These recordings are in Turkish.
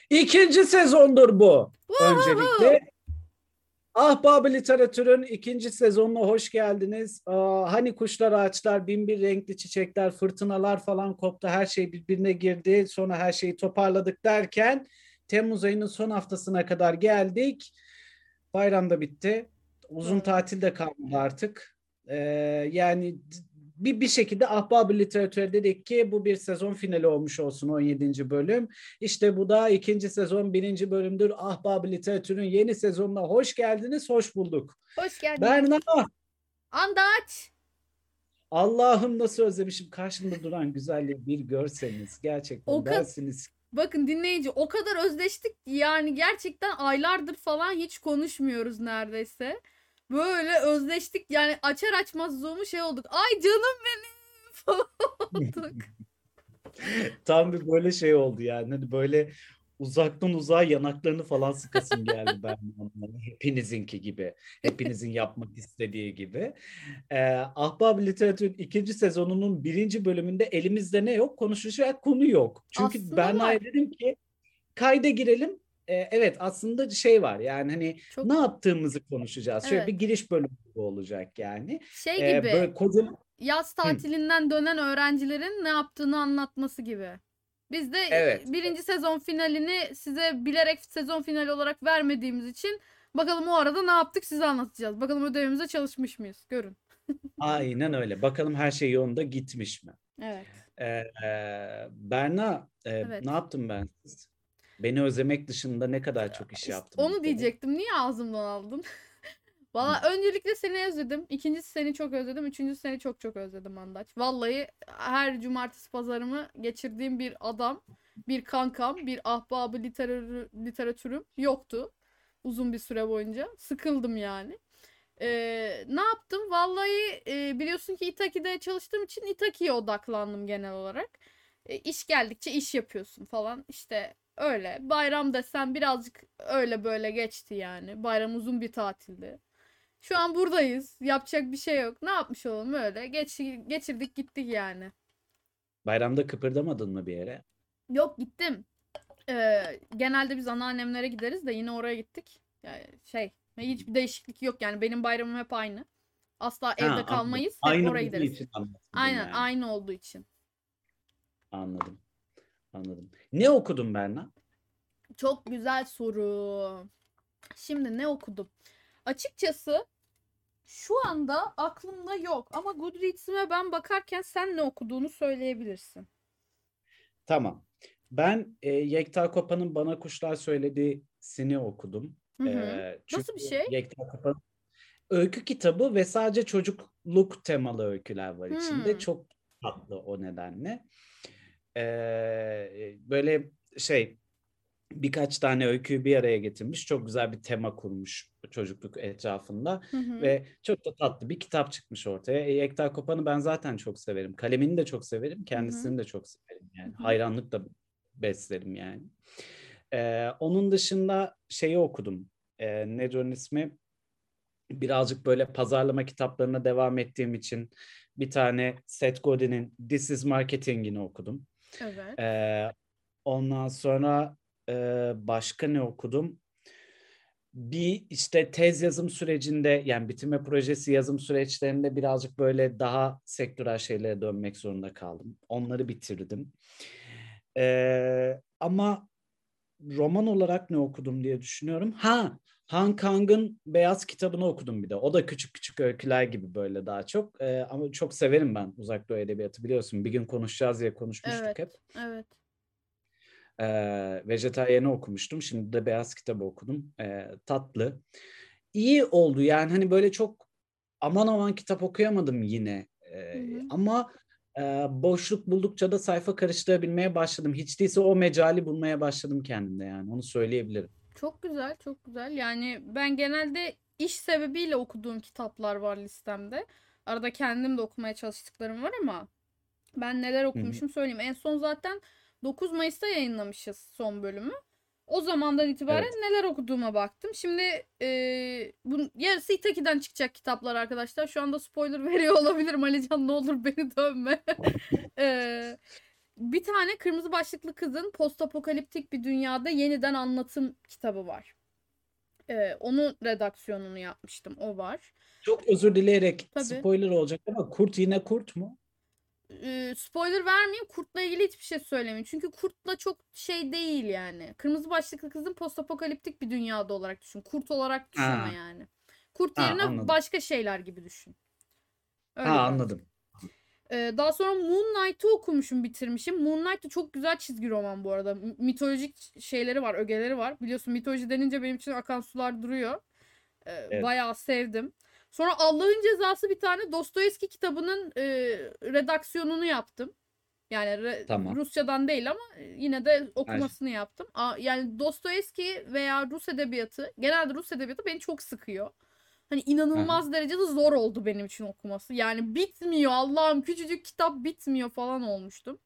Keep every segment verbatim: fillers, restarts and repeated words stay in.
İkinci sezondur bu. Woohoo! Öncelikle Ahbap Literatür'ün ikinci sezonuna hoş geldiniz. Aa, hani kuşlar, ağaçlar, bin bir renkli çiçekler, fırtınalar falan koptu. Her şey birbirine girdi. Sonra her şeyi toparladık derken Temmuz ayının son haftasına kadar geldik. Bayram da bitti. Uzun Doğru. tatil de kalmadı artık. Ee, yani bir, bir şekilde Ahbap-ı Literatür dedik ki bu bir sezon finali olmuş olsun on yedinci bölüm. İşte bu da ikinci sezon birinci bölümdür. Ahbap-ı Literatür'ün yeni sezonuna hoş geldiniz, hoş bulduk. Hoş geldiniz. Berna, Andaç. Allah'ım nasıl özlemişim karşımda duran güzelliği bir görseniz. O Gerçekten kadar dersiniz. bakın dinleyici o kadar özleştik ki yani gerçekten aylardır falan hiç konuşmuyoruz neredeyse. Böyle özleştik yani açar açmaz Zoom'u şey olduk. Ay canım benim falan olduk. Tam bir böyle şey oldu yani. Hani böyle uzaktan uzağa yanaklarını falan sıkasım geldi ben. Hepinizinki gibi. Hepinizin yapmak istediği gibi. Ee, Ahbap Literatür'ün ikinci sezonunun birinci bölümünde elimizde ne yok? Konuşacak konu yok. Çünkü Aslında Berna'ya var. dedim ki kayda girelim. Ee, evet aslında şey var yani hani Çok ne yaptığımızı konuşacağız. Şöyle bir evet. giriş bölümü olacak yani. Şey Ee, gibi böyle kocaman... yaz Hı, tatilinden dönen öğrencilerin ne yaptığını anlatması gibi. Biz de evet. birinci sezon finalini size bilerek sezon finali olarak vermediğimiz için bakalım o arada ne yaptık size anlatacağız. Bakalım ödevimize çalışmış mıyız? Görün. Aynen öyle. Bakalım her şey yolunda gitmiş mi? Evet. Ee, e, Berna, e, ne Evet. yaptım ben? Beni özlemek dışında ne kadar çok iş İşte yaptım onu bir kere. diyecektim. Niye ağzımdan aldın? Hı. Valla öncelikle seni özledim. İkincisi seni çok özledim. Üçüncüsü seni çok çok özledim Andaç. Vallahi her cumartesi pazarımı geçirdiğim bir adam, bir kankam, bir ahbabı literatürü, literatürüm yoktu. Uzun bir süre boyunca. Sıkıldım yani. Ee, ne yaptım? Vallahi e, biliyorsun ki Itaki'de çalıştığım için Itaki'ye odaklandım genel olarak. E, iş geldikçe iş yapıyorsun falan. İşte öyle. Bayram desem birazcık öyle böyle geçti yani. Bayram uzun bir tatildi. Şu an buradayız. Yapacak bir şey yok. Ne yapmış olalım öyle. Geç, geçirdik gittik yani. Bayramda kıpırdamadın mı bir yere? Yok gittim. Ee, genelde biz anneannemlere gideriz de yine oraya gittik. Yani şey hiçbir değişiklik yok yani benim bayramım hep aynı. Asla Ha, evde anladım. kalmayız. Hep Aynı oraya olduğu gideriz. için anlatmadın Aynen yani. aynı olduğu için. Anladım, anladım. Ne okudun Berna? Çok güzel soru. Şimdi ne okudum? Açıkçası şu anda aklımda yok ama Goodreads'ime ben bakarken sen ne okuduğunu söyleyebilirsin. Tamam. Ben e, Yekta Kopa'nın Bana Kuşlar Söylediğini okudum. Hı hı. E, çünkü Nasıl bir şey? Yekta Kopa'nın öykü kitabı ve sadece çocukluk temalı öyküler var içinde. Hmm. Çok tatlı o nedenle. Ee, böyle şey birkaç tane öyküyü bir araya getirmiş. Çok güzel bir tema kurmuş çocukluk etrafında Hı hı. ve çok da tatlı bir kitap çıkmış ortaya. E, Ekta Kopan'ı ben zaten çok severim. Kalemini de çok severim, Hı hı. kendisini de çok severim Hı yani. hı. Hayranlık da beslerim yani. Ee, onun dışında şeyi okudum. Ee, nedir onun ismi? Birazcık böyle pazarlama kitaplarına devam ettiğim için bir tane Seth Godin'in This is Marketing'ini okudum. Evet. Ee, ondan sonra e, başka ne okudum? Bir işte tez yazım sürecinde yani bitirme projesi yazım süreçlerinde birazcık böyle daha sektörel şeylere dönmek zorunda kaldım. Onları bitirdim. Ee, ama roman olarak ne okudum diye düşünüyorum. Ha, Han Kang'ın Beyaz kitabını okudum bir de. O da küçük küçük öyküler gibi böyle daha çok. Ee, ama çok severim ben Uzak Doğu Edebiyatı biliyorsun. Bir gün konuşacağız diye konuşmuştuk Evet. hep. Evet. Ee, Vejetaryen'i okumuştum. Şimdi de Beyaz kitabı okudum. Ee, tatlı. İyi oldu yani hani böyle çok aman aman kitap okuyamadım yine. Hı Ee, hı. ama e, boşluk buldukça da sayfa karıştırabilmeye başladım. Hiç değilse o mecali bulmaya başladım kendimde yani onu söyleyebilirim. Çok güzel, çok güzel. Yani ben genelde iş sebebiyle okuduğum kitaplar var listemde. Arada kendim de okumaya çalıştıklarım var ama ben neler Hı hı. okumuşum söyleyeyim. En son zaten dokuz Mayıs'ta yayınlamışız son bölümü. O zamandan itibaren Evet. neler okuduğuma baktım. Şimdi e, bunun yarısı Itaki'den çıkacak kitaplar arkadaşlar. Şu anda spoiler veriyor olabilirim. Alican ne olur beni dövme. e, bir tane kırmızı başlıklı kızın postapokaliptik bir dünyada yeniden anlatım kitabı var. Ee, onun redaksiyonunu yapmıştım. O var. Çok özür dileyerek Tabii. spoiler olacak ama kurt yine kurt mu? Ee, spoiler vermeyeyim. Kurtla ilgili hiçbir şey söylemeyeyim. Çünkü kurtla çok şey değil yani. Kırmızı başlıklı kızın postapokaliptik bir dünyada olarak düşün. Kurt olarak düşünme Ha, yani. Kurt ha yerine anladım. başka şeyler gibi düşün. Öyle Ha birazcık. anladım. Ee, daha sonra Moon Knight'ı okumuşum, bitirmişim. Moon Knight da çok güzel çizgi roman bu arada. M- mitolojik şeyleri var, ögeleri var. Biliyorsun, mitoloji denince benim için akan sular duruyor. Ee, Evet. bayağı sevdim. Sonra Allah'ın Cezası, bir tane Dostoyevski kitabının e, redaksiyonunu yaptım. Yani re- Tamam. Rusçadan değil ama yine de Her şey. okumasını yaptım. A- Yani Dostoyevski veya Rus edebiyatı, genelde Rus edebiyatı beni çok sıkıyor. Hani Aha. inanılmaz derecede zor oldu benim için okuması. Yani bitmiyor, Allah'ım küçücük kitap bitmiyor falan olmuştum.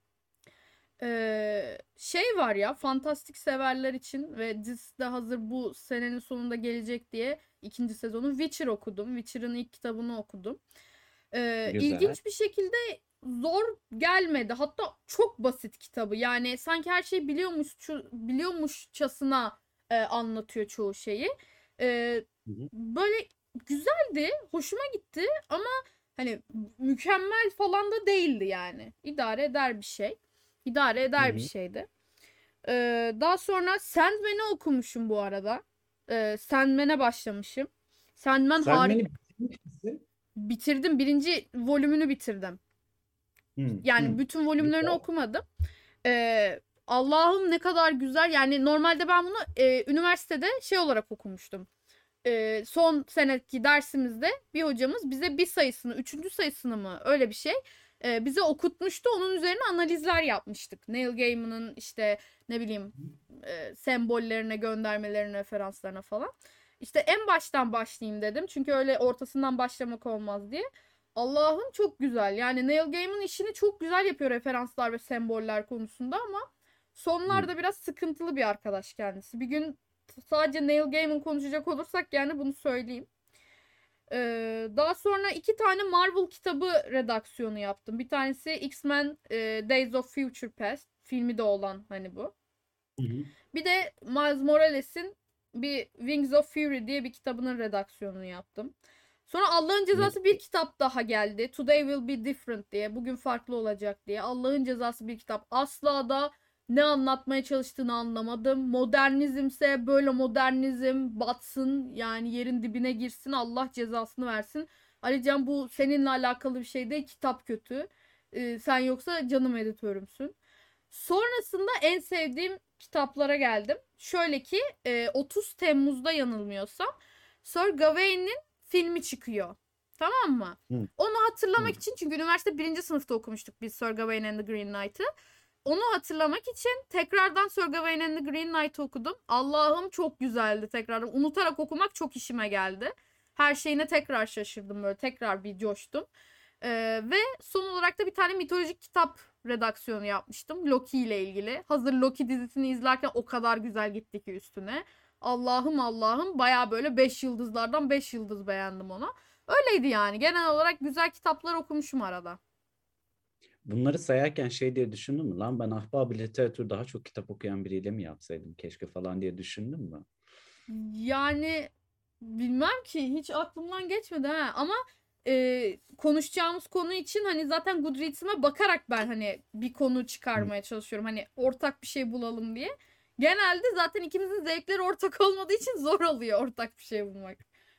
Ee, şey var ya, fantastik severler için ve dizisi de hazır bu senenin sonunda gelecek diye ikinci sezonu Witcher okudum. Witcher'ın ilk kitabını okudum. Ee, Güzel. ilginç bir şekilde zor gelmedi. Hatta çok basit kitabı. Yani sanki her şeyi biliyormuş biliyormuşçasına e, anlatıyor çoğu şeyi. Ee, Hı hı. böyle güzeldi, hoşuma gitti ama hani mükemmel falan da değildi yani. İdare eder bir şey. İdare Hı eder bir hı. şeydi. Ee, daha sonra Sandman'i okumuşum bu arada. Ee, Sandman'e başlamışım. Sandman Sen harika. beni bitirmiş misin? Bitirdim. Birinci volümünü bitirdim. Hı Yani hı. bütün volümlerini Güzel. okumadım. Ee, Allah'ım ne kadar güzel. Yani normalde ben bunu e, üniversitede şey olarak okumuştum. Ee, son seneki dersimizde bir hocamız bize bir sayısını, üçüncü sayısını mı, öyle bir şey e, bize okutmuştu. Onun üzerine analizler yapmıştık. Neil Gaiman'ın işte ne bileyim e, sembollerine, göndermelerine, referanslarına falan. İşte en baştan başlayayım dedim. Çünkü öyle ortasından başlamak olmaz diye. Allah'ım çok güzel. Yani Neil Gaiman işini çok güzel yapıyor referanslar ve semboller konusunda ama Hı. sonlarda biraz sıkıntılı bir arkadaş kendisi. Bir gün sadece Neil Gaiman konuşacak olursak yani bunu söyleyeyim. Ee, daha sonra iki tane Marvel kitabı redaksiyonu yaptım. Bir tanesi X-Men e, Days of Future Past. Filmi de olan hani bu. Hı hı. Bir de Miles Morales'in bir Wings of Fury diye bir kitabının redaksiyonunu yaptım. Sonra Allah'ın Ne? Cezası bir kitap daha geldi. Today Will Be Different diye. Bugün farklı olacak diye. Allah'ın Cezası bir kitap. Asla da ne anlatmaya çalıştığını anlamadım. Modernizmse böyle modernizm batsın. Yani yerin dibine girsin. Allah cezasını versin. Alican, bu seninle alakalı bir şey değil. Kitap kötü. Ee, sen yoksa canım editörümsün. Sonrasında en sevdiğim kitaplara geldim. Şöyle ki e, otuz Temmuz'da yanılmıyorsam Sir Gawain'in filmi çıkıyor. Tamam mı? Hı. Onu Hı. hatırlamak için, çünkü üniversite birinci sınıfta okumuştuk biz Sir Gawain and the Green Knight'ı. Onu hatırlamak için tekrardan Sir Gawain and the Green Knight'ı okudum. Allah'ım çok güzeldi tekrardan. Unutarak okumak çok işime geldi. Her şeyine tekrar şaşırdım, böyle tekrar bir coştum. Ee, ve son olarak da bir tane mitolojik kitap redaksiyonu yapmıştım Loki ile ilgili. Hazır Loki dizisini izlerken o kadar güzel gitti ki üstüne. Allah'ım Allah'ım, baya böyle beş yıldızlardan beş yıldız beğendim ona. Öyleydi yani. Genel olarak güzel kitaplar okumuşum arada. Bunları sayarken şey diye düşündün mü? Lan ben ahbap literatür daha çok kitap okuyan biriyle mi yapsaydım keşke falan diye düşündün mü? Yani bilmem ki, hiç aklımdan geçmedi ha. Ama e, konuşacağımız konu için hani zaten Goodreads'ime bakarak ben hani bir konu Hı. çıkarmaya çalışıyorum. Hani ortak bir şey bulalım diye. Genelde zaten ikimizin zevkleri ortak olmadığı için zor oluyor ortak bir şey bulmak.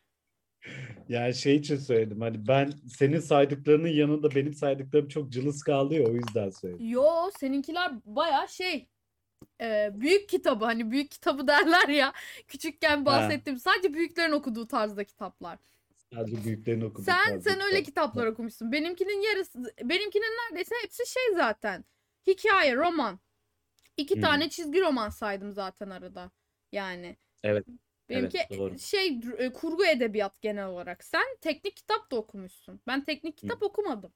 Yani şey için söyledim, hani ben senin saydıklarının yanında benim saydıklarım çok cılız kalıyor, o yüzden söyledim. Yo, seninkiler baya şey, e, büyük kitabı, hani büyük kitabı derler ya, küçükken Ha, bahsettiğim sadece büyüklerin okuduğu tarzda kitaplar. sadece büyüklerin okuduğu Sen tarzda sen öyle kitap. kitaplar okumuşsun. Benimkinin yarısı, benimkinin neredeyse hepsi şey zaten. Hikaye, roman. İki Hı. tane çizgi roman saydım zaten arada. Yani Evet, benimki evet doğru. şey e, kurgu edebiyat genel olarak. Sen teknik kitap da okumuşsun. Ben teknik Hı. kitap okumadım.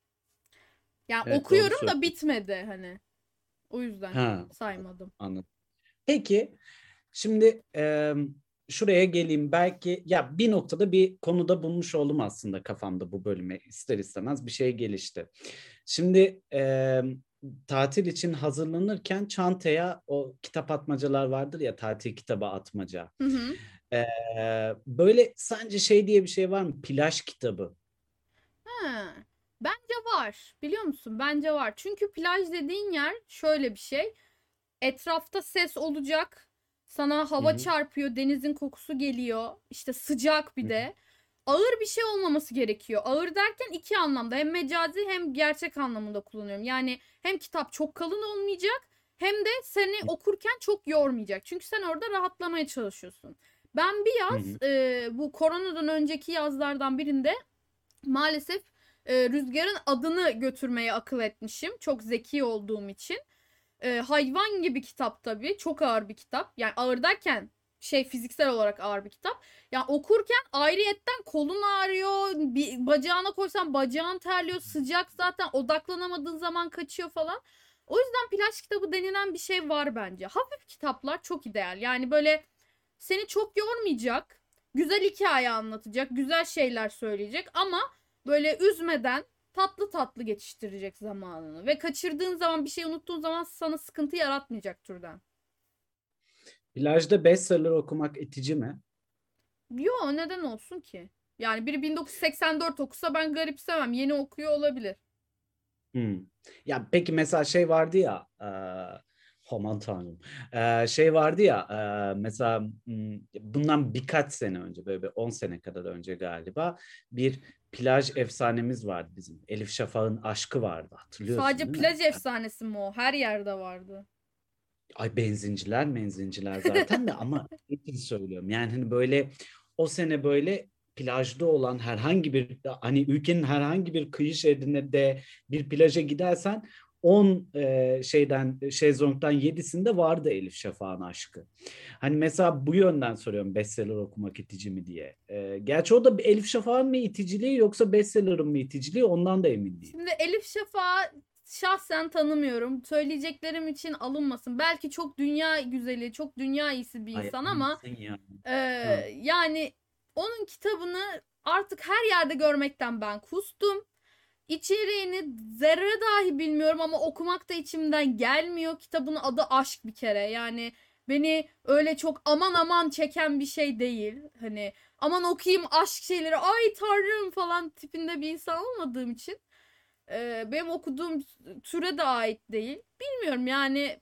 Yani Evet doğru okuyorum da söylüyorsun. bitmedi hani. O yüzden Ha, saymadım. anladım. Peki, şimdi e, şuraya geleyim. Belki ya bir noktada bir konuda bulmuş oldum aslında kafamda bu bölüme. İster istemez bir şey gelişti. Şimdi e, tatil için hazırlanırken çantaya o kitap atmacalar vardır ya, tatil kitabı atmaca. Hı hı. Ee, böyle sence şey diye bir şey var mı? Plaj kitabı. Ha, bence var. Biliyor musun? Bence var. Çünkü plaj dediğin yer şöyle bir şey. Etrafta ses olacak. Sana Hı hava hı. çarpıyor, denizin kokusu geliyor. İşte sıcak Hı bir hı. de. Ağır bir şey olmaması gerekiyor. Ağır derken iki anlamda. Hem mecazi hem gerçek anlamında kullanıyorum. Yani hem kitap çok kalın olmayacak hem de seni okurken çok yormayacak. Çünkü sen orada rahatlamaya çalışıyorsun. Ben bir Hı yaz hı. e, bu koronadan önceki yazlardan birinde maalesef e, Rüzgar'ın adını götürmeye akıl etmişim. Çok zeki olduğum için. E, hayvan gibi kitap tabii. Çok ağır bir kitap. Yani ağır derken şey fiziksel olarak ağır bir kitap. Yani okurken ayrıyetten kolun ağrıyor. Bir bacağına koysan bacağın terliyor. Sıcak zaten odaklanamadığın zaman kaçıyor falan. O yüzden plaj kitabı denilen bir şey var bence. Hafif kitaplar çok ideal. Yani böyle seni çok yormayacak. Güzel hikaye anlatacak. Güzel şeyler söyleyecek ama böyle üzmeden tatlı tatlı geçiştirecek zamanını. Ve kaçırdığın zaman bir şey unuttuğun zaman sana sıkıntı yaratmayacak türden. Plajda bestseller okumak itici mi? Yo neden olsun ki? Yani biri bin dokuz yüz seksen dört okusa ben garipsemem. Yeni okuyor olabilir. Hmm. Ya peki mesela şey vardı ya, e, aman tanrım. E, şey vardı ya, e, mesela hmm, bundan birkaç sene önce, böyle bir on sene kadar önce galiba, bir plaj efsanemiz vardı bizim. Elif Şafak'ın Aşkı vardı, hatırlıyorsun Sadece değil mi? plaj efsanesi mi o? Her yerde vardı. Ay, benzinciler menzinciler zaten de, ama için söylüyorum. Yani hani böyle o sene böyle plajda olan herhangi bir, hani ülkenin herhangi bir kıyı şeridine de bir plaja gidersen on e, şeyden şezlongdan yedisinde vardı Elif Şafak'ın Aşkı. Hani mesela bu yönden soruyorum, bestseller okumak itici mi diye. E, gerçi o da Elif Şafak'ın mı iticiliği yoksa bestseller'ın mı iticiliği, ondan da emin değilim. Şimdi Elif Şafak'ı şahsen tanımıyorum. Söyleyeceklerim için alınmasın. Belki çok dünya güzeli, çok dünya iyisi bir Ay insan ama anlatsın ya. e, Ha. yani onun kitabını artık her yerde görmekten ben kustum. İçeriğini zerre dahi bilmiyorum ama okumak da içimden gelmiyor. Kitabın adı aşk bir kere. Yani beni öyle çok aman aman çeken bir şey değil. Hani aman okuyayım aşk şeyleri ay tanrım falan tipinde bir insan olmadığım için e, benim okuduğum türe de ait değil. Bilmiyorum yani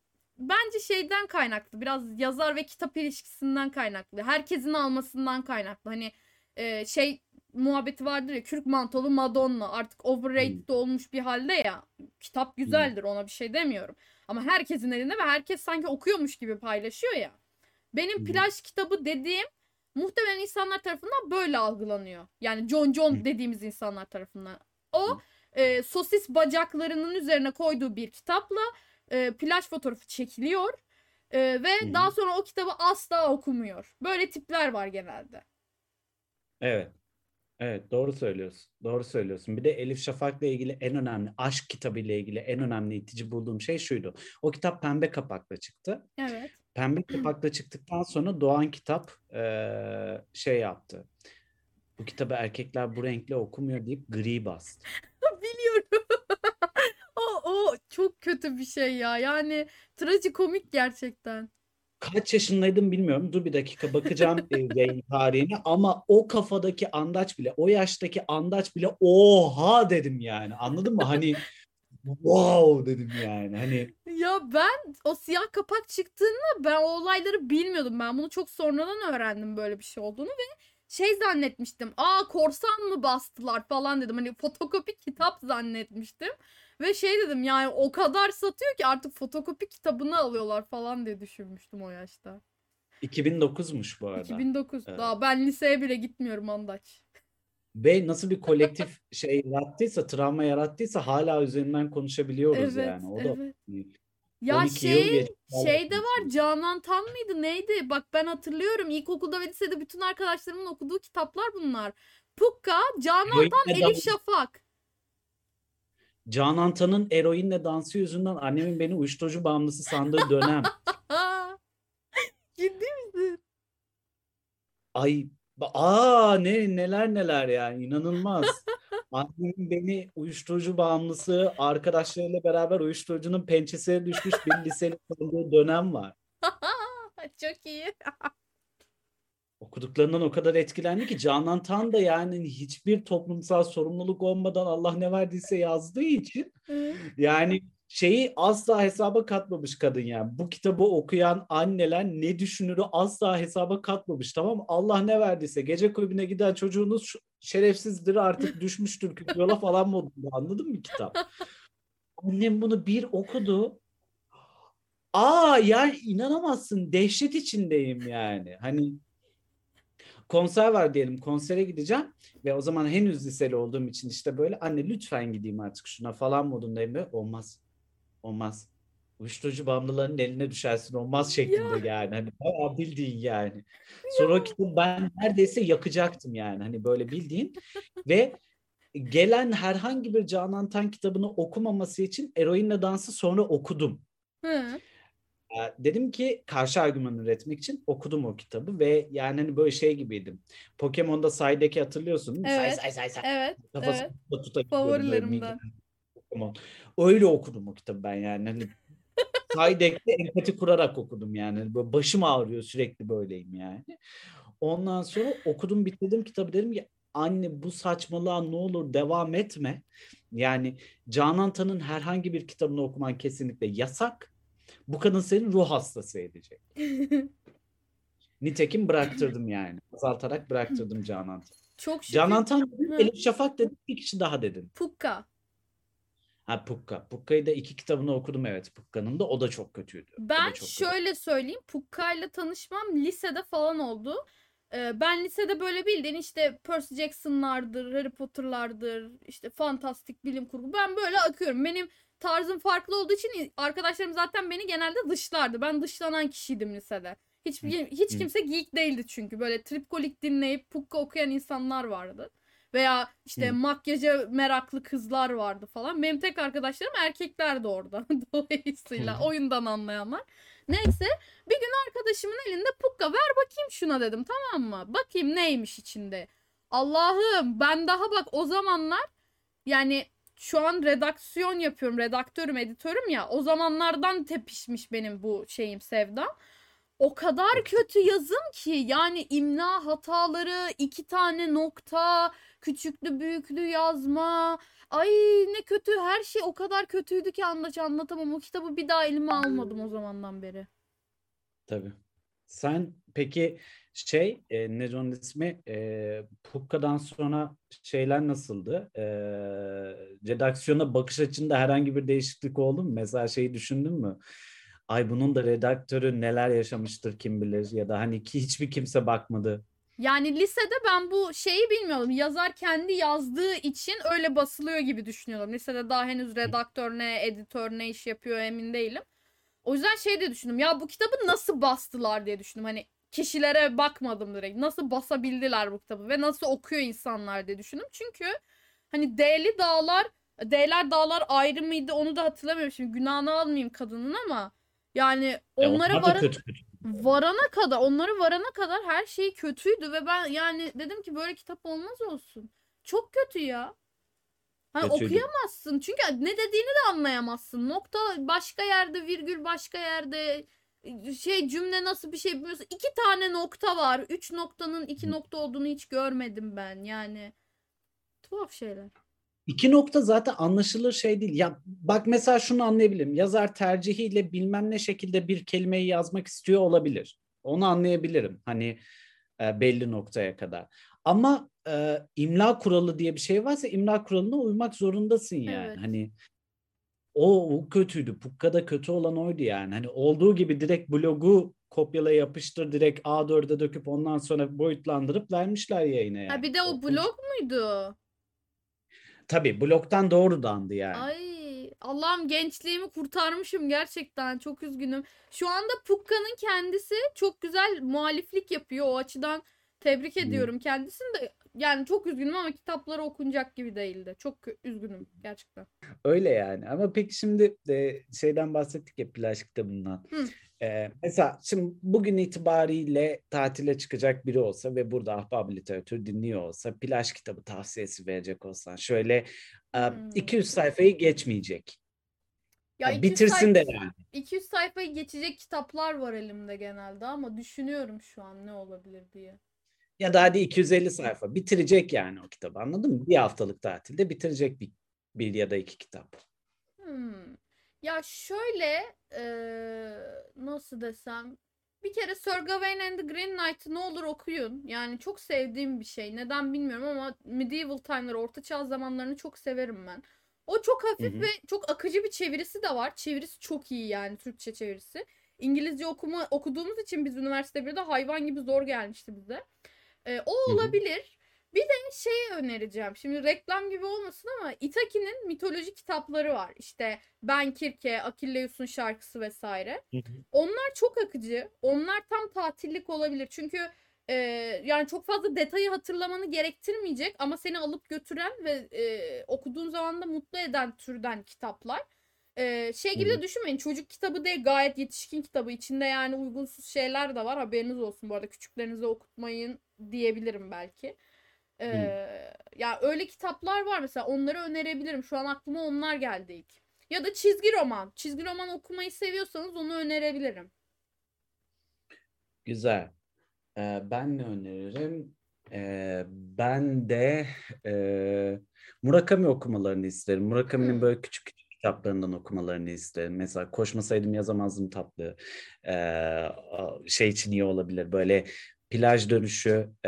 bence şeyden kaynaklı. Biraz yazar ve kitap ilişkisinden kaynaklı. Herkesin almasından kaynaklı. Hani e, şey muhabbeti vardır ya Kürk mantolu Madonna artık Hmm. overrated olmuş bir halde ya. Kitap Hmm. güzeldir ona bir şey demiyorum. Ama herkesin elinde ve herkes sanki okuyormuş gibi paylaşıyor ya. Benim Hmm. plaj kitabı dediğim muhtemelen insanlar tarafından böyle algılanıyor. Yani John John dediğimiz insanlar tarafından. O Hmm. e, sosis bacaklarının üzerine koyduğu bir kitapla e, plaj fotoğrafı çekiliyor. E, ve Hmm. daha sonra o kitabı asla okumuyor. Böyle tipler var genelde. Evet. Evet, doğru söylüyorsun. Doğru söylüyorsun. Bir de Elif Şafak'la ilgili en önemli, aşk kitabı ile ilgili en önemli itici bulduğum şey şuydu. O kitap pembe kapakla çıktı. Evet. Pembe kapakla çıktıktan sonra Doğan Kitap eee, şey yaptı. Bu kitabı erkekler bu renkle okumuyor deyip gri bastı. Biliyorum. O, o çok kötü bir şey ya. Yani trajikomik gerçekten. Kaç yaşındaydım bilmiyorum. Dur bir dakika, bakacağım e, yayın tarihine, ama o kafadaki andaç bile, o yaştaki andaç bile oha dedim yani. Anladın mı? Hani wow dedim yani. Hani Ya ben o siyah kapak çıktığında ben o olayları bilmiyordum. Ben bunu çok sonradan öğrendim böyle bir şey olduğunu ve şey zannetmiştim. Aa korsan mı bastılar falan dedim. Hani fotokopi kitap zannetmiştim. Ve şey dedim yani o kadar satıyor ki artık fotokopi kitabını alıyorlar falan diye düşünmüştüm o yaşta. iki bin dokuzmuş bu arada. iki bin dokuz. Ee, Daha ben liseye bile gitmiyorum Andaç. ve nasıl bir kolektif şey yarattıysa, travma yarattıysa hala üzerinden konuşabiliyoruz Evet, yani. O da evet. Ya on iki yıl şey geç hala şey de var konuşuyoruz. Canan Tan mıydı neydi? Bak ben hatırlıyorum ilkokulda ve lisede bütün arkadaşlarımın okuduğu kitaplar bunlar. Pukka, Canan Tan, Eroinle Elif dans, Şafak. Canan Tan'ın eroinle dansı yüzünden annemin beni uyuşturucu bağımlısı sandığı dönem. Ciddi misin? Ay, aa, ne neler neler yani, inanılmaz. Annemin beni uyuşturucu bağımlısı arkadaşlarıyla beraber uyuşturucunun pençesine düşmüş bir liseli olduğu dönem var. Çok iyi. Okuduklarından o kadar etkilendi ki Canan Tan da yani hiçbir toplumsal sorumluluk olmadan Allah ne verdiyse yazdığı için yani şeyi asla hesaba katmamış kadın yani. Bu kitabı okuyan anneler ne düşünürü asla hesaba katmamış, tamam mı? Allah ne verdiyse gece kulübüne giden çocuğunuz şu- şerefsizdir artık düşmüştür yola falan modunda, anladın mı kitap? Annem bunu bir okudu. Aa yani inanamazsın, dehşet içindeyim yani. Hani konser var diyelim, konsere gideceğim ve o zaman henüz liseli olduğum için işte böyle anne lütfen gideyim artık şuna falan modundayım ve olmaz olmaz uyuşturucu bağımlılarının eline düşersin olmaz şeklinde Ya, yani hani bayağı bildiğin yani sonra o kitabı ben neredeyse yakacaktım yani hani böyle bildiğin ve gelen herhangi bir Canan Tan kitabını okumaması için Eroinle Dans'ı sonra okudum. hı. Ya dedim ki karşı argüman üretmek için okudum o kitabı ve yani hani böyle şey gibiydim. Pokemon'da Psyduck'i hatırlıyorsun değil mi? Say Evet. say say say. Evet. Kafasını Evet. tutabiliyordu böyle Favorilerimden. migren Pokemon. Öyle okudum o kitabı ben yani. Hani Psyduck'le empati kurarak okudum yani. Hani böyle başım ağrıyor sürekli böyleyim yani. Ondan sonra okudum bitirdim kitabı, dedim ki anne bu saçmalığa ne olur devam etme. Yani Canan Tan'ın herhangi bir kitabını okuman kesinlikle yasak. Bu kadın senin ruh hastası edecek. Nitekim bıraktırdım yani. Azaltarak bıraktırdım Canan Tan. Çok şükür. Canan Tan dedin, Hı. Elif Şafak dedin, bir kişi daha dedin. Pukka. Ha Pukka. Pukka'yı da iki kitabını okudum evet Pukka'nın da. O da çok kötüydü. O Ben da çok kötü. şöyle söyleyeyim. Pukka'yla tanışmam lisede falan oldu. Ee, ben lisede böyle bildiğin işte Percy Jackson'lardır, Harry Potter'lardır, işte fantastik bilim kurgu. Ben böyle akıyorum. Benim tarzım farklı olduğu için arkadaşlarım zaten beni genelde dışlardı. Ben dışlanan kişiydim lisede. Hiç, Hı, hiç hı, kimse geek değildi çünkü. Böyle tripkolik dinleyip Pukka okuyan insanlar vardı. Veya işte hı. makyaja meraklı kızlar vardı falan. Benim tek arkadaşlarım erkeklerdi orada. Hı. Dolayısıyla oyundan anlayanlar. Neyse bir gün arkadaşımın elinde Pukka, ver bakayım şuna dedim, tamam mı? Bakayım neymiş içinde. Allah'ım, ben daha bak o zamanlar yani şu an redaksiyon yapıyorum. Redaktörüm, editörüm ya. O zamanlardan tepişmiş benim bu şeyim, sevdam. O kadar O kitap. kötü yazım ki yani imla hataları, iki tane nokta, küçüklü büyüklü yazma. Ay ne kötü, her şey o kadar kötüydü ki anlaç anlatamam. O kitabı bir daha elime almadım o zamandan beri. Tabii. Sen peki şey e, ne onun ismi e, Pukka'dan sonra şeyler nasıldı? E, redaksiyona bakış açında herhangi bir değişiklik oldu mu? Mesela şeyi düşündün mü? Ay bunun da redaktörü neler yaşamıştır kim bilir ya da hani ki hiçbir kimse bakmadı. Yani lisede ben bu şeyi bilmiyordum. Yazar kendi yazdığı için öyle basılıyor gibi düşünüyordum. Lisede daha henüz redaktör ne, editör ne iş yapıyor emin değilim. O yüzden şey de düşündüm. Ya bu kitabı nasıl bastılar diye düşündüm. Hani kişilere bakmadım direkt. Nasıl basabildiler bu kitabı ve nasıl okuyor insanlar diye düşündüm. Çünkü hani D'li dağlar, D'ler dağlar ayrı mıydı onu da hatırlamıyorum. Şimdi günahını almayayım kadının ama yani E, onlara onlar da varın kötü kötü. varana kadar, onları varana kadar her şey kötüydü ve ben yani dedim ki böyle kitap olmaz olsun. Çok kötü ya. Hani Kötüydü. okuyamazsın. Çünkü ne dediğini de anlayamazsın. Nokta başka yerde, virgül başka yerde. Şey, cümle nasıl bir şey bilmiyorsun. İki tane nokta var. Üç noktanın iki nokta olduğunu hiç görmedim ben. Yani tuhaf şeyler. İki nokta zaten anlaşılır şey değil. Ya bak mesela şunu anlayabilirim. Yazar tercihiyle bilmem ne şekilde bir kelimeyi yazmak istiyor olabilir. Onu anlayabilirim. Hani e, belli noktaya kadar. Ama e, imla kuralı diye bir şey varsa imla kuralına uymak zorundasın yani. Evet. Hani o, o kötüydü. Pukka'da kötü olan oydu yani. Hani olduğu gibi direkt blogu kopyala yapıştır direkt A dörde döküp ondan sonra boyutlandırıp vermişler yayına Ha yani. bir de o Korkunç. blog muydu? Tabii bloktan doğrudandı yani. Ay Allah'ım, gençliğimi kurtarmışım gerçekten, çok üzgünüm. Şu anda Pukka'nın kendisi çok güzel muhaliflik yapıyor, o açıdan tebrik Hı. ediyorum kendisini de. yani çok üzgünüm ama kitapları okunacak gibi değildi. Çok üzgünüm gerçekten. Öyle yani. Ama peki şimdi de şeyden bahsettik ya, plaj kitabından. Hı. Ee, mesela şimdi bugün itibariyle tatile çıkacak biri olsa ve burada ahbap literatür dinliyor olsa, plaj kitabı tavsiyesi verecek olsan şöyle e, Hmm. iki yüz sayfayı geçmeyecek. Ya Ha, iki yüz bitirsin sayfa de yani. iki yüz sayfayı geçecek kitaplar var elimde genelde ama düşünüyorum şu an ne olabilir diye. Ya da hadi iki yüz elli sayfa. Bitirecek yani o kitabı, anladın mı? Bir haftalık tatilde bitirecek bir, bir ya da iki kitap. Hmm. Ya şöyle eee, nasıl desem, bir kere Sir Gawain and the Green Knight'ı ne olur okuyun. Yani çok sevdiğim bir şey. Neden bilmiyorum ama medieval time'ları, orta çağ zamanlarını çok severim ben. O çok Hı hafif ve hı. çok akıcı bir çevirisi de var. Çevirisi çok iyi yani, Türkçe çevirisi. İngilizce okuma okuduğumuz için biz üniversite birde hayvan gibi zor gelmişti bize. Ee, o Hı hı. olabilir. Bir de şey önereceğim. Şimdi reklam gibi olmasın ama Itaki'nin mitoloji kitapları var. İşte Ben Kirke, Akilleus'un şarkısı vesaire. Hı hı. Onlar çok akıcı. Onlar tam tatillik olabilir. Çünkü e, yani çok fazla detayı hatırlamanı gerektirmeyecek ama seni alıp götüren ve e, okuduğun zaman da mutlu eden türden kitaplar. E, şey Hı gibi hı. de düşünmeyin. Çocuk kitabı değil, gayet yetişkin kitabı. İçinde yani uygunsuz şeyler de var. Haberiniz olsun bu arada. Küçüklerinize okutmayın diyebilirim belki. Ee, Hı. ya öyle kitaplar var mesela, onları önerebilirim. Şu an aklıma onlar geldi ilk. Ya da çizgi roman. Çizgi roman okumayı seviyorsanız onu önerebilirim. Güzel. Ee, ben ne öneririm? Ee, ben de e, Murakami okumalarını isterim. Murakami'nin Hmm. böyle küçük küçük kitaplarından okumalarını isterim. Mesela Koşmasaydım Yazamazdım tatlı. Ee, şey için iyi olabilir. Böyle plaj dönüşü e,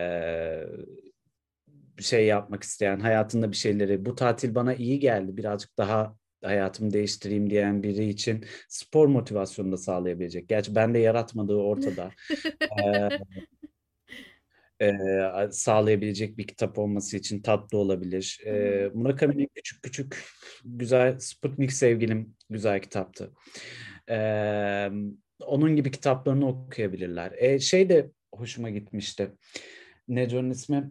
bir şey yapmak isteyen, hayatında bir şeyleri, bu tatil bana iyi geldi, birazcık daha hayatımı değiştireyim diyen biri için spor motivasyonu da sağlayabilecek. Gerçi bende yaratmadığı ortada. Ee, e, sağlayabilecek bir kitap olması için tatlı olabilir. Hı hı. E, Murakami'nin Küçük Küçük Güzel Sputnik Sevgilim güzel kitaptı. E, onun gibi kitaplarını okuyabilirler. E, şey de hoşuma gitmişti. Nedir onun ismi?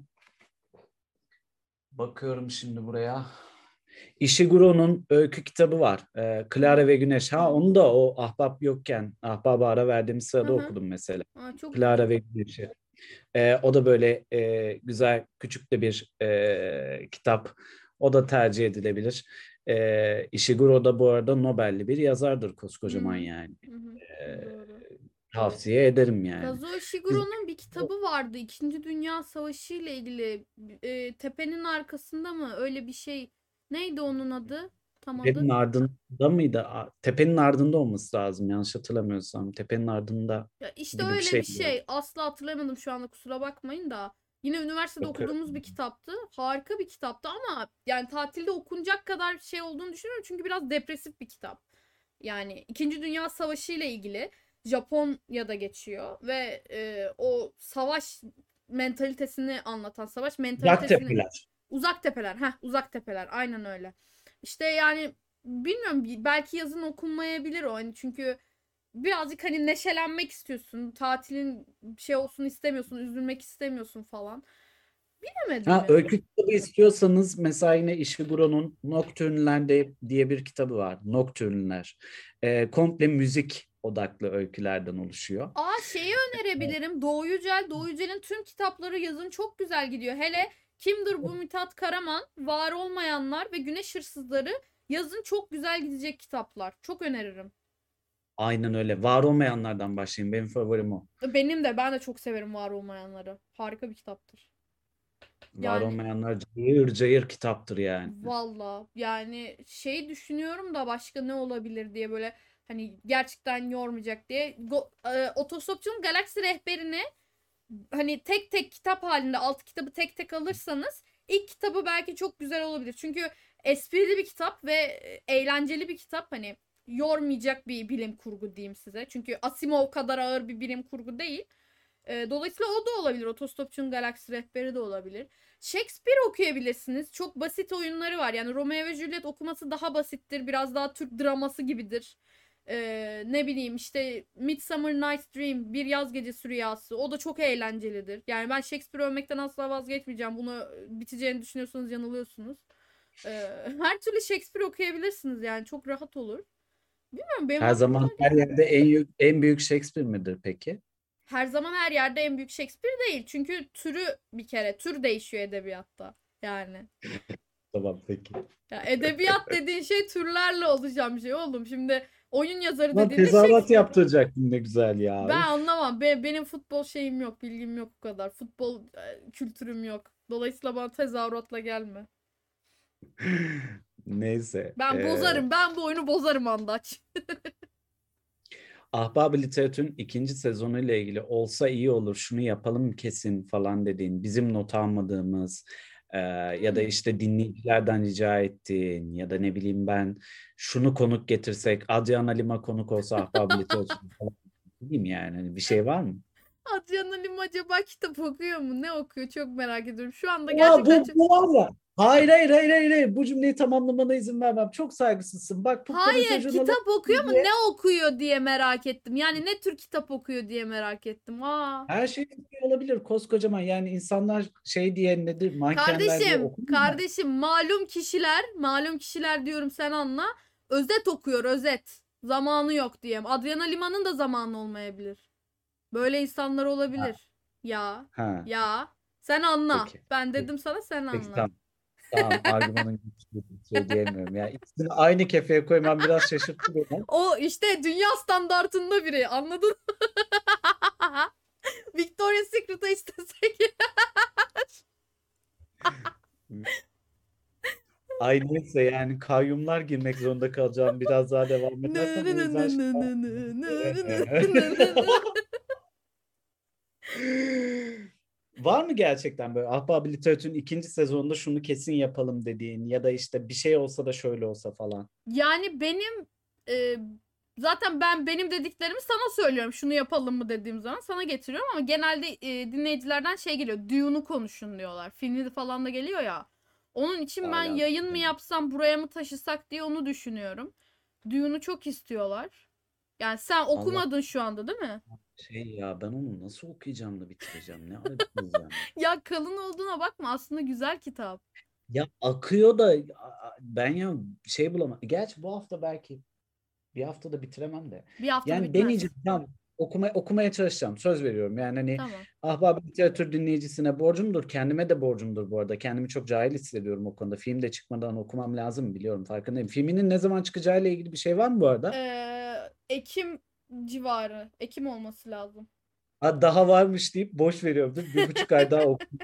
Bakıyorum şimdi buraya. Ishiguro'nun öykü kitabı var. E, Hı hı. Clara ve Güneş. Ha, onu da o ahbap yokken, ahbaba ara verdiğim Hı sırada hı. okudum mesela. Aa, çok Clara güzel. ve Güneş'i. E, o da böyle e, güzel, küçük de bir e, kitap. O da tercih edilebilir. E, Ishiguro da bu arada Nobel'li bir yazardır, Hı koskocaman hı. yani. Hı hı. E, Doğru. tavsiye ederim yani. Kazuo Güzel. Ishiguro'nun bir kitabı vardı. İkinci Dünya Savaşı ile ilgili. E, tepenin arkasında mı? Öyle bir şey. Neydi onun adı? Tam Tepenin adı. ardında mıydı? A- Tepenin ardında olması lazım, yanlış hatırlamıyorsam. Tepenin ardında Ya işte gibi bir öyle bir şey. şey. Asla hatırlamadım şu anda, kusura bakmayın da. Yine üniversitede Bakıyorum. okuduğumuz bir kitaptı. Harika bir kitaptı ama yani tatilde okunacak kadar şey olduğunu düşünüyorum. Çünkü biraz depresif bir kitap. Yani İkinci Dünya Savaşı ile ilgili, Japonya'da geçiyor ve e, o savaş mentalitesini anlatan, savaş mentalitesini, Yaktepeler. uzak tepeler. Heh, uzak tepeler. Aynen öyle. İşte yani bilmiyorum, belki yazın okunmayabilir o. Hani çünkü birazcık hani neşelenmek istiyorsun. Tatilin şey olsun istemiyorsun. Üzülmek istemiyorsun falan. Bilemedim Ha, ya. öykü kitabı istiyorsanız mesela yine Ishiguro'nun Nocturne'ler de- diye bir kitabı var. Nocturne'ler. Ee, komple müzik odaklı öykülerden oluşuyor. Aa, şeyi önerebilirim. Doğu Yücel. Doğu Yücel'in tüm kitapları yazın çok güzel gidiyor. Hele Kimdir bu Mithat Karaman, Var Olmayanlar ve Güneş Hırsızları yazın çok güzel gidecek kitaplar. Çok öneririm. Aynen öyle. Var olmayanlardan başlayayım. Benim favorim o. Benim de, ben de çok severim Var Olmayanları. Harika bir kitaptır. Var Yani olmayanlar cayır cayır kitaptır yani. valla yani şey düşünüyorum da başka ne olabilir diye, böyle hani gerçekten yormayacak diye. Go, e, Otostopçunun Galaksi Rehberini hani tek tek kitap halinde, altı kitabı tek tek alırsanız ilk kitabı belki çok güzel olabilir. Çünkü esprili bir kitap ve eğlenceli bir kitap, hani yormayacak bir bilim kurgu diyeyim size. Çünkü Asimov kadar ağır bir bilim kurgu değil. E, dolayısıyla o da olabilir. Otostopçunun Galaksi Rehberi de olabilir. Shakespeare okuyabilirsiniz. Çok basit oyunları var. Yani Romeo ve Juliet okuması daha basittir. Biraz daha Türk draması gibidir. Ee, ne bileyim işte Midsummer Night's Dream, Bir Yaz Gecesi Rüyası. O da çok eğlencelidir. Yani ben Shakespeare övmekten asla vazgeçmeyeceğim. Bunu biteceğini düşünüyorsanız yanılıyorsunuz. Ee, her türlü Shakespeare okuyabilirsiniz yani. Çok rahat olur. Bilmiyorum, benim Her aklıma zaman öyle her geliyor. yerde en, yü- en büyük Shakespeare midir peki? Her zaman her yerde en büyük Shakespeare değil. Çünkü türü bir kere. Tür değişiyor edebiyatta. Yani. Tamam peki. Ya edebiyat dediğin şey türlerle oluşan bir şey oğlum. Şimdi oyun yazarı Lan dediğinde tezahürat Shakespeare. yaptıracaktın ne güzel ya. Ben Üf. anlamam. Be- benim futbol şeyim yok, bilgim yok o kadar. Futbol e, kültürüm yok. Dolayısıyla bana tezahüratla gelme. Neyse. Ben Ee, bozarım. Ben bu oyunu bozarım Andaç. Ahbap Literatür'ün ikinci sezonuyla ilgili olsa iyi olur, şunu yapalım kesin falan dediğin, bizim not almadığımız e, ya da Hmm. işte dinleyicilerden rica ettiğin ya da ne bileyim ben şunu konuk getirsek, Adriana Lima konuk olsa Ahbap Literatür falan diyeyim yani. Hani bir şey var mı? Adriana Lima acaba kitap okuyor mu? Ne okuyor? Çok merak ediyorum. Şu anda Aa, gerçekten bu, çok... bu var ya. Hayır hayır hayır hayır hayır. Bu cümleyi tamamlamana izin vermem. Çok saygısızsın. Bak bu Hayır, konuşmacının kitap okuyor mu? Ne okuyor diye merak ettim. Yani ne tür kitap okuyor diye merak ettim. Aa. her şey olabilir koskocaman. Yani insanlar şey diye nedir? Mankenler diye Kardeşim, okumuyor. kardeşim malum kişiler, malum kişiler diyorum sen anla. Özet okuyor, özet. Zamanı yok diyeyim. Adriana Lima'nın da zamanı olmayabilir. Böyle insanlar Ha, olabilir. Ya, ha, ya. Sen anla. peki. Ben Peki, dedim sana, sen peki anla. tamam. Tamam, argümanın güçlü bir şey diyemiyorum. Ya ikisini aynı kefeye koymam biraz şaşırttı beni. O işte dünya standartında biri. Anladın? Victoria's Secret'a istesek. Ay neyse yani kayyumlar girmek zorunda kalacağım biraz daha devam edersem. O yüzden var mı gerçekten böyle Ahbap Literatür'ün ikinci sezonunda şunu kesin yapalım dediğin ya da işte bir şey olsa da şöyle olsa falan. Yani benim e, zaten ben benim dediklerimi sana söylüyorum. Şunu yapalım mı dediğim zaman sana getiriyorum ama genelde e, dinleyicilerden şey geliyor. Dune'u konuşun diyorlar. Filmi falan da geliyor ya. Onun için ben Hala yayın mı yapsam buraya mı taşısak diye onu düşünüyorum. Dune'u çok istiyorlar. Yani sen Allah okumadın şu anda değil mi? şey ya ben onu nasıl okuyacağım da bitireceğim ne acınız yani. Ya kalın olduğuna bakma, aslında güzel kitap. Ya akıyor da a- ben ya şey bulamadım. Gerçi bu hafta belki bir haftada bitiremem de. Bir haftada Yani bitmez. deneyeceğim. Tamam. Okuma, okumaya çalışacağım. Söz veriyorum. Yani hani Tamam. Ahbap Literatür dinleyicisine borcumdur. Kendime de borcumdur bu arada. Kendimi çok cahil hissediyorum o konuda. Film de çıkmadan okumam lazım biliyorum. Farkındayım. Filminin ne zaman çıkacağıyla ilgili bir şey var mı bu arada? Ee, Ekim civarı. Ekim olması lazım. Ha, daha varmış deyip boş veriyorum. Değil mi? Bir buçuk ay daha oku.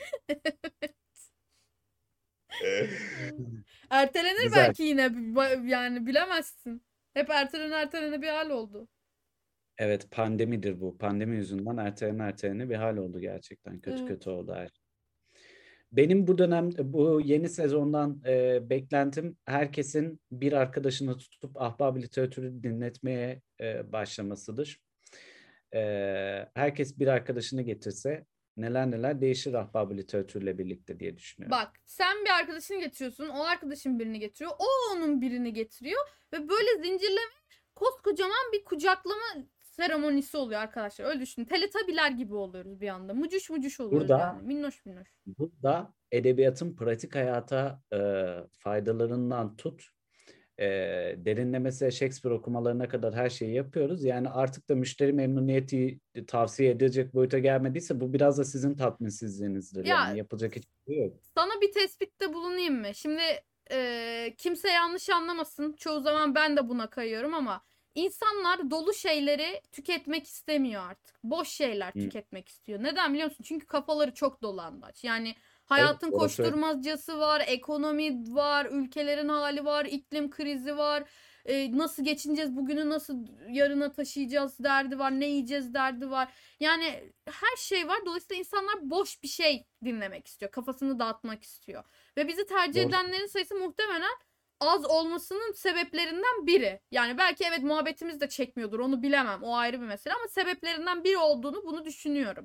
Ertelenir Güzel. belki yine, Ba- yani bilemezsin. Hep ertelene ertelene bir hal oldu. Evet pandemidir bu. Pandemi yüzünden ertelene ertelene bir hal oldu gerçekten. Kötü Evet. kötü oldu her. Benim bu dönem bu yeni sezondan e, beklentim herkesin bir arkadaşını tutup Ahbap Literatürü dinletmeye e, başlamasıdır. E, herkes bir arkadaşını getirse neler neler değişir Ahbap Literatürle birlikte diye düşünüyorum. Bak, sen bir arkadaşını getiriyorsun. O arkadaşın birini getiriyor. O onun birini getiriyor. Ve böyle zincirleme koskocaman bir kucaklama seremonisi oluyor arkadaşlar. Öyle düşünün. Teletabiler gibi oluyoruz bir anda. Mucuş mucuş oluyoruz Burada yani. Minnoş minnoş. burada edebiyatın pratik hayata e, faydalarından tut e, derinlemesine Shakespeare okumalarına kadar her şeyi yapıyoruz. Yani artık da müşteri memnuniyeti tavsiye edilecek boyuta gelmediyse bu biraz da sizin tatminsizliğinizdir. Yani Ya, yapacak hiçbir şey yok. sana bir tespitte bulunayım mı? Şimdi e, kimse yanlış anlamasın. Çoğu zaman ben de buna kayıyorum ama insanlar dolu şeyleri tüketmek istemiyor artık. Boş şeyler Hı. tüketmek istiyor. Neden biliyor musun? Çünkü kafaları çok dolandaç. Yani Evet, hayatın orası öyle. koşturmacası var, ekonomi var, ülkelerin hali var, iklim krizi var. E, nasıl geçineceğiz, bugünü nasıl yarına taşıyacağız derdi var, ne yiyeceğiz derdi var. Yani her şey var. Dolayısıyla insanlar boş bir şey dinlemek istiyor. Kafasını dağıtmak istiyor. Ve bizi tercih Doğru. edenlerin sayısı muhtemelen az olmasının sebeplerinden biri. Yani belki evet muhabbetimiz de çekmiyordur, onu bilemem. O ayrı bir mesele ama sebeplerinden biri olduğunu, bunu düşünüyorum.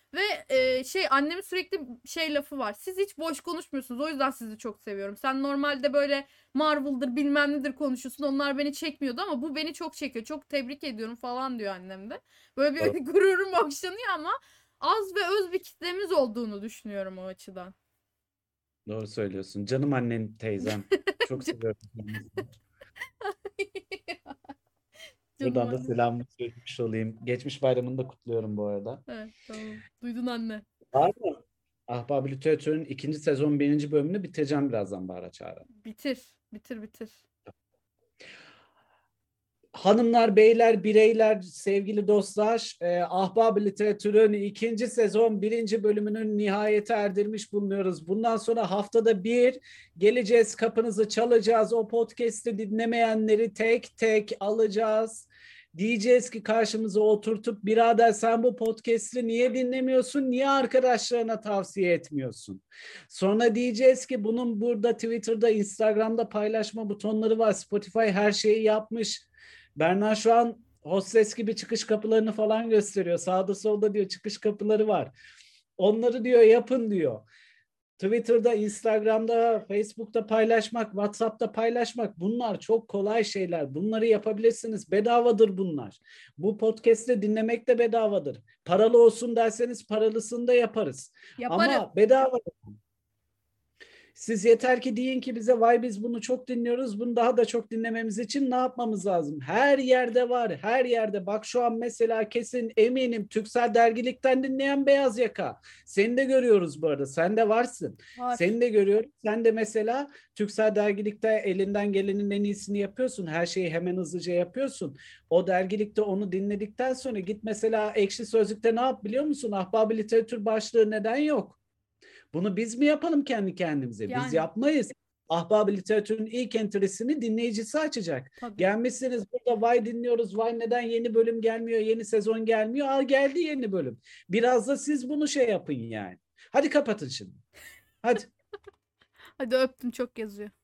Ve e, şey annemin sürekli şey lafı var. Siz hiç boş konuşmuyorsunuz. O yüzden sizi çok seviyorum. Sen normalde böyle Marvel'dır bilmem nedir konuşuyorsun. Onlar beni çekmiyordu ama bu beni çok çekiyor. Çok tebrik ediyorum falan diyor annem de. Böyle bir Doğru, gururum okşanıyor ama az ve öz bir kitlemiz olduğunu düşünüyorum o açıdan. doğru söylüyorsun. Canım annen, teyzem. Çok seviyorum kendisini. Canım Buradan da annem. selamımı söylemiş olayım. Geçmiş bayramını da kutluyorum bu arada. Evet, tamam. Duydun anne. Var mı? Ahbap Literatür'ün ikinci sezon birinci bölümünü bitireceğim birazdan Bahar Çağrı. Bitir. Bitir bitir. Hanımlar, beyler, bireyler, sevgili dostlar, e, Ahbap Literatür'ün ikinci sezon birinci bölümünün nihayete erdirmiş bulunuyoruz. Bundan sonra haftada bir geleceğiz, kapınızı çalacağız. O podcast'i dinlemeyenleri tek tek alacağız. Diyeceğiz ki karşımıza oturtup birader sen bu podcast'i niye dinlemiyorsun? Niye arkadaşlarına tavsiye etmiyorsun? Sonra diyeceğiz ki bunun burada Twitter'da, Instagram'da paylaşma butonları var. Spotify her şeyi yapmış. Berna şu an hostes gibi çıkış kapılarını falan gösteriyor. Sağda solda diyor çıkış kapıları var. Onları diyor yapın diyor. Twitter'da, Instagram'da, Facebook'ta paylaşmak, WhatsApp'ta paylaşmak bunlar çok kolay şeyler. Bunları yapabilirsiniz. Bedavadır bunlar. Bu podcast'te dinlemek de bedavadır. Paralı olsun derseniz paralısını da yaparız. Yaparız. Ama bedava. Siz yeter ki deyin ki bize vay biz bunu çok dinliyoruz. Bunu daha da çok dinlememiz için ne yapmamız lazım? Her yerde var. Her yerde. Bak şu an mesela kesin eminim Türksel Dergilik'ten dinleyen beyaz yaka. Seni de görüyoruz bu arada. Sen de varsın. Var. Seni de görüyorum. Sen de mesela Türksel Dergilik'te elinden gelenin en iyisini yapıyorsun. Her şeyi hemen hızlıca yapıyorsun. O dergilikte onu dinledikten sonra git mesela Ekşi Sözlük'te ne yap biliyor musun? Ahbap Literatür başlığı neden yok? Bunu biz mi yapalım kendi kendimize? Biz Yani yapmayız. Ahbap Literatür'ün ilk entrisini dinleyicisi açacak. tabii. Gelmişsiniz burada vay dinliyoruz, vay neden yeni bölüm gelmiyor, yeni sezon gelmiyor. Al geldi yeni bölüm. Biraz da siz bunu şey yapın yani. Hadi kapatın şimdi. Hadi. Hadi öptüm çok yazıyor.